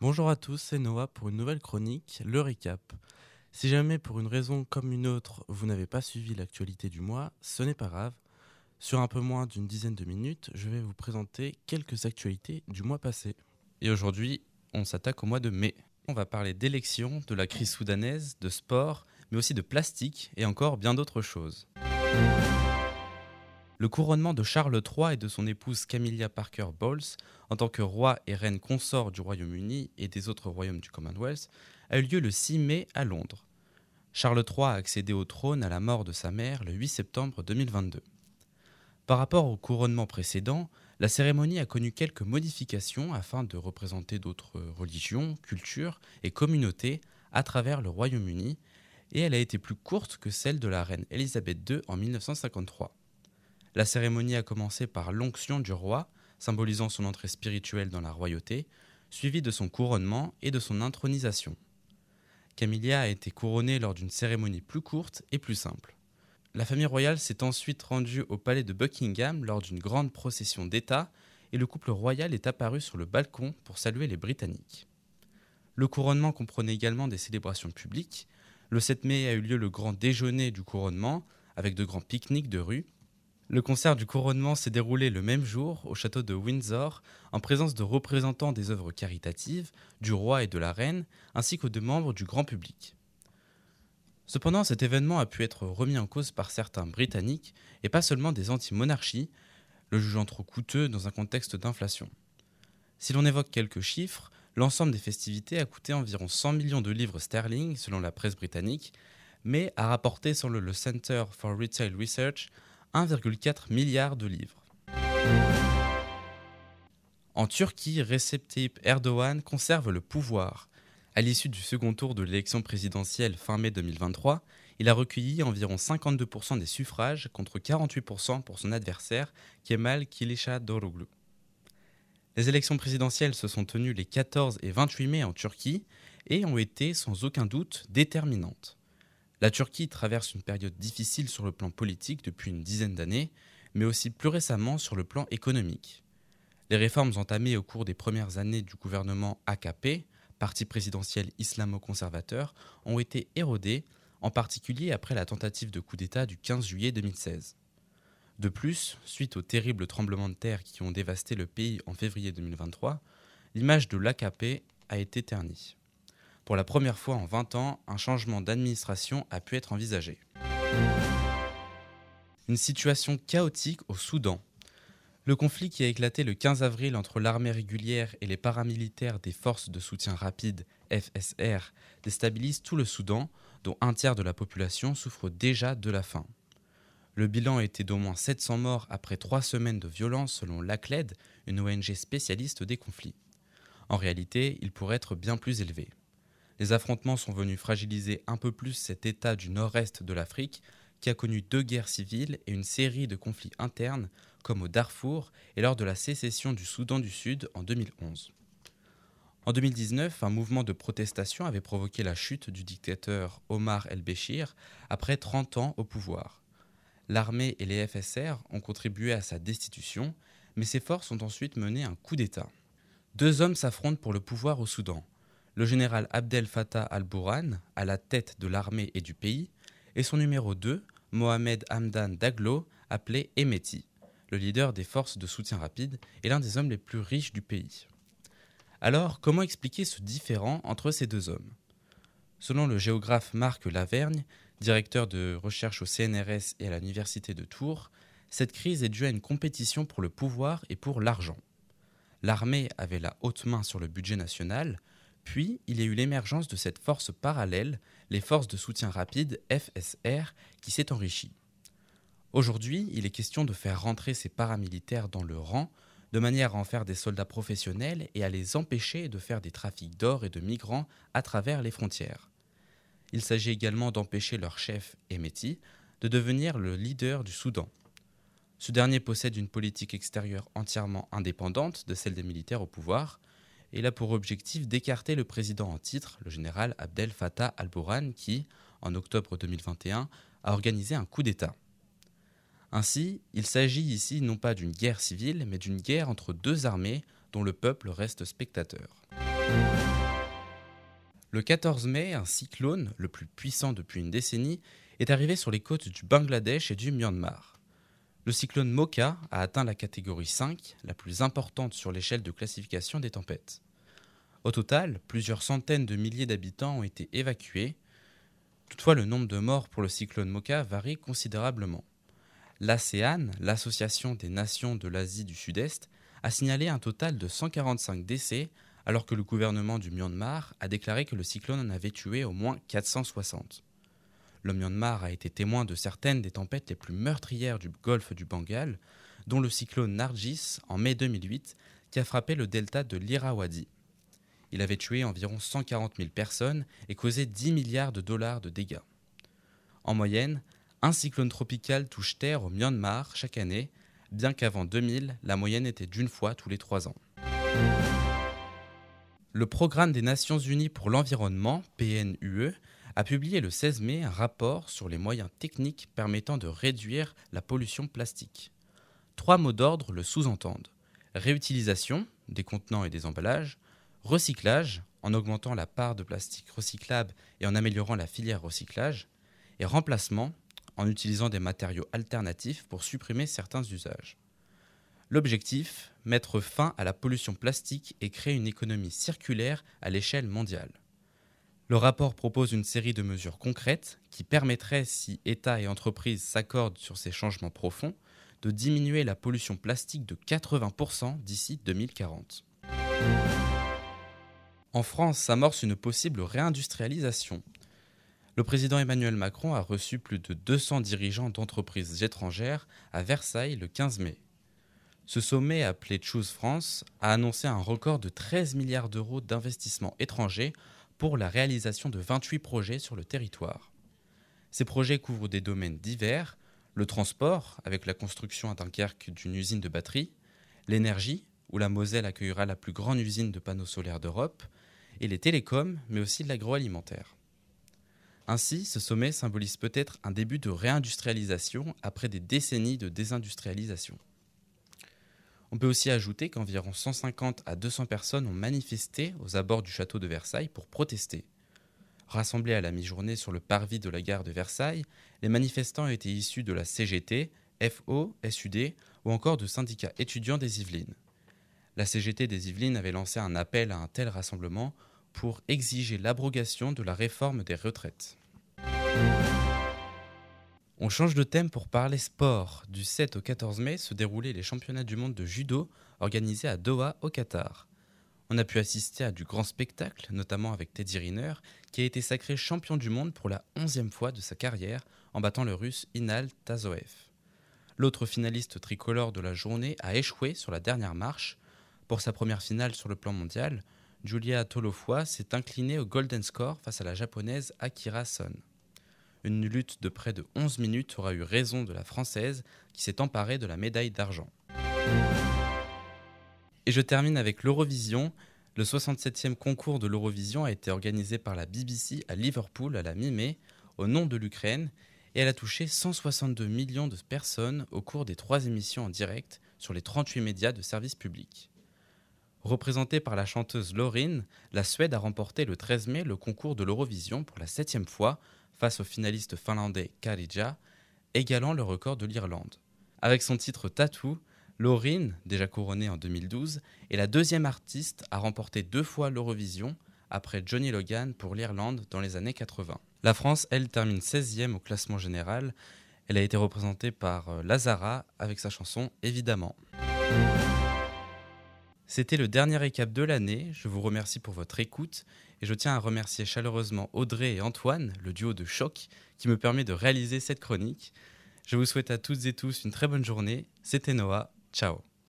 Bonjour à tous, c'est Noah pour une nouvelle chronique, le récap. Si jamais pour une raison comme une autre, vous n'avez pas suivi l'actualité du mois, ce n'est pas grave. Sur un peu moins d'une dizaine de minutes, je vais vous présenter quelques actualités du mois passé. Et aujourd'hui, on s'attaque au mois de mai. On va parler d'élections, de la crise soudanaise, de sport, mais aussi de plastique et encore bien d'autres choses. Le couronnement de Charles III et de son épouse Camilla Parker Bowles en tant que roi et reine consort du Royaume-Uni et des autres royaumes du Commonwealth a eu lieu le 6 mai à Londres. Charles III a accédé au trône à la mort de sa mère le 8 septembre 2022. Par rapport au couronnement précédent, la cérémonie a connu quelques modifications afin de représenter d'autres religions, cultures et communautés à travers le Royaume-Uni, et elle a été plus courte que celle de la reine Elisabeth II en 1953. La cérémonie a commencé par l'onction du roi, symbolisant son entrée spirituelle dans la royauté, suivie de son couronnement et de son intronisation. Camilla a été couronnée lors d'une cérémonie plus courte et plus simple. La famille royale s'est ensuite rendue au palais de Buckingham lors d'une grande procession d'État et le couple royal est apparu sur le balcon pour saluer les Britanniques. Le couronnement comprenait également des célébrations publiques. Le 7 mai a eu lieu le grand déjeuner du couronnement avec de grands pique-niques de rue. Le concert du couronnement s'est déroulé le même jour au château de Windsor, en présence de représentants des œuvres caritatives, du roi et de la reine, ainsi que de membres du grand public. Cependant, cet événement a pu être remis en cause par certains Britanniques, et pas seulement des anti-monarchies, le jugeant trop coûteux dans un contexte d'inflation. Si l'on évoque quelques chiffres, l'ensemble des festivités a coûté environ 100 millions de livres sterling, selon la presse britannique, mais a rapporté, selon le Center for Retail Research, 1,4 milliard de livres. En Turquie, Recep Tayyip Erdogan conserve le pouvoir. À l'issue du second tour de l'élection présidentielle fin mai 2023, il a recueilli environ 52% des suffrages contre 48% pour son adversaire Kemal Kılıçdaroğlu. Les élections présidentielles se sont tenues les 14 et 28 mai en Turquie et ont été sans aucun doute déterminantes. La Turquie traverse une période difficile sur le plan politique depuis une dizaine d'années, mais aussi plus récemment sur le plan économique. Les réformes entamées au cours des premières années du gouvernement AKP, parti présidentiel islamo-conservateur, ont été érodées, en particulier après la tentative de coup d'État du 15 juillet 2016. De plus, suite aux terribles tremblements de terre qui ont dévasté le pays en février 2023, l'image de l'AKP a été ternie. Pour la première fois en 20 ans, un changement d'administration a pu être envisagé. Une situation chaotique au Soudan. Le conflit qui a éclaté le 15 avril entre l'armée régulière et les paramilitaires des forces de soutien rapide FSR déstabilise tout le Soudan, dont un tiers de la population souffre déjà de la faim. Le bilan était d'au moins 700 morts après 3 semaines de violence selon l'ACLED, une ONG spécialiste des conflits. En réalité, il pourrait être bien plus élevé. Les affrontements sont venus fragiliser un peu plus cet État du nord-est de l'Afrique qui a connu 2 guerres civiles et une série de conflits internes comme au Darfour et lors de la sécession du Soudan du Sud en 2011. En 2019, un mouvement de protestation avait provoqué la chute du dictateur Omar el-Béchir après 30 ans au pouvoir. L'armée et les FSR ont contribué à sa destitution, mais ces forces ont ensuite mené un coup d'État. 2 hommes s'affrontent pour le pouvoir au Soudan. Le général Abdel Fattah al-Burhan, à la tête de l'armée et du pays, et son numéro 2, Mohamed Hamdan Daglo, appelé Hemeti, le leader des forces de soutien rapide et l'un des hommes les plus riches du pays. Alors, comment expliquer ce différend entre ces 2 hommes ? Selon le géographe Marc Lavergne, directeur de recherche au CNRS et à l'université de Tours, cette crise est due à une compétition pour le pouvoir et pour l'argent. L'armée avait la haute main sur le budget national, puis il y a eu l'émergence de cette force parallèle, les forces de soutien rapide FSR, qui s'est enrichie. Aujourd'hui, il est question de faire rentrer ces paramilitaires dans le rang, de manière à en faire des soldats professionnels et à les empêcher de faire des trafics d'or et de migrants à travers les frontières. Il s'agit également d'empêcher leur chef, Hemeti, de devenir le leader du Soudan. Ce dernier possède une politique extérieure entièrement indépendante de celle des militaires au pouvoir, et il a pour objectif d'écarter le président en titre, le général Abdel Fattah al-Burhan, qui, en octobre 2021, a organisé un coup d'État. Ainsi, il s'agit ici non pas d'une guerre civile, mais d'une guerre entre 2 armées dont le peuple reste spectateur. Le 14 mai, un cyclone, le plus puissant depuis une décennie, est arrivé sur les côtes du Bangladesh et du Myanmar. Le cyclone Mocha a atteint la catégorie 5, la plus importante sur l'échelle de classification des tempêtes. Au total, plusieurs centaines de milliers d'habitants ont été évacués. Toutefois, le nombre de morts pour le cyclone Mocha varie considérablement. L'ASEAN, l'Association des Nations de l'Asie du Sud-Est, a signalé un total de 145 décès, alors que le gouvernement du Myanmar a déclaré que le cyclone en avait tué au moins 460. Le Myanmar a été témoin de certaines des tempêtes les plus meurtrières du golfe du Bengale, dont le cyclone Nargis en mai 2008, qui a frappé le delta de l'Irrawaddy. Il avait tué environ 140 000 personnes et causé 10 milliards de dollars de dégâts. En moyenne, un cyclone tropical touche terre au Myanmar chaque année, bien qu'avant 2000, la moyenne était d'une fois tous les 3 ans. Le Programme des Nations Unies pour l'environnement, PNUE, a publié le 16 mai un rapport sur les moyens techniques permettant de réduire la pollution plastique. 3 mots d'ordre le sous-entendent. Réutilisation, des contenants et des emballages, recyclage, en augmentant la part de plastique recyclable et en améliorant la filière recyclage, et remplacement, en utilisant des matériaux alternatifs pour supprimer certains usages. L'objectif, mettre fin à la pollution plastique et créer une économie circulaire à l'échelle mondiale. Le rapport propose une série de mesures concrètes qui permettraient, si États et entreprises s'accordent sur ces changements profonds, de diminuer la pollution plastique de 80% d'ici 2040. En France s'amorce une possible réindustrialisation. Le président Emmanuel Macron a reçu plus de 200 dirigeants d'entreprises étrangères à Versailles le 15 mai. Ce sommet, appelé Choose France, a annoncé un record de 13 milliards d'euros d'investissements étrangers pour la réalisation de 28 projets sur le territoire. Ces projets couvrent des domaines divers, le transport, avec la construction à Dunkerque d'une usine de batterie, l'énergie, où la Moselle accueillera la plus grande usine de panneaux solaires d'Europe, et les télécoms, mais aussi l'agroalimentaire. Ainsi, ce sommet symbolise peut-être un début de réindustrialisation après des décennies de désindustrialisation. On peut aussi ajouter qu'environ 150 à 200 personnes ont manifesté aux abords du château de Versailles pour protester. Rassemblés à la mi-journée sur le parvis de la gare de Versailles, les manifestants étaient issus de la CGT, FO, SUD ou encore de syndicats étudiants des Yvelines. La CGT des Yvelines avait lancé un appel à un tel rassemblement pour exiger l'abrogation de la réforme des retraites. On change de thème pour parler sport. Du 7 au 14 mai se déroulaient les championnats du monde de judo organisés à Doha au Qatar. On a pu assister à du grand spectacle, notamment avec Teddy Riner, qui a été sacré champion du monde pour la 11e fois de sa carrière en battant le russe Inal Tazoev. L'autre finaliste tricolore de la journée a échoué sur la dernière marche. Pour sa première finale sur le plan mondial, Julia Tolofua s'est inclinée au golden score face à la japonaise Akira Son. Une lutte de près de 11 minutes aura eu raison de la Française qui s'est emparée de la médaille d'argent. Et je termine avec l'Eurovision. Le 67e concours de l'Eurovision a été organisé par la BBC à Liverpool à la mi-mai, au nom de l'Ukraine, et elle a touché 162 millions de personnes au cours des 3 émissions en direct sur les 38 médias de service public. Représentée par la chanteuse Loreen, la Suède a remporté le 13 mai le concours de l'Eurovision pour la 7e fois, face au finaliste finlandais Karija, égalant le record de l'Irlande. Avec son titre Tattoo, Loreen, déjà couronnée en 2012, est la 2e artiste à remporter 2 fois l'Eurovision, après Johnny Logan pour l'Irlande dans les années 80. La France, elle, termine 16e au classement général. Elle a été représentée par Lazara avec sa chanson Évidemment. C'était le dernier récap de l'année. Je vous remercie pour votre écoute et je tiens à remercier chaleureusement Audrey et Antoine, le duo de choc, qui me permet de réaliser cette chronique. Je vous souhaite à toutes et tous une très bonne journée. C'était Noah. Ciao.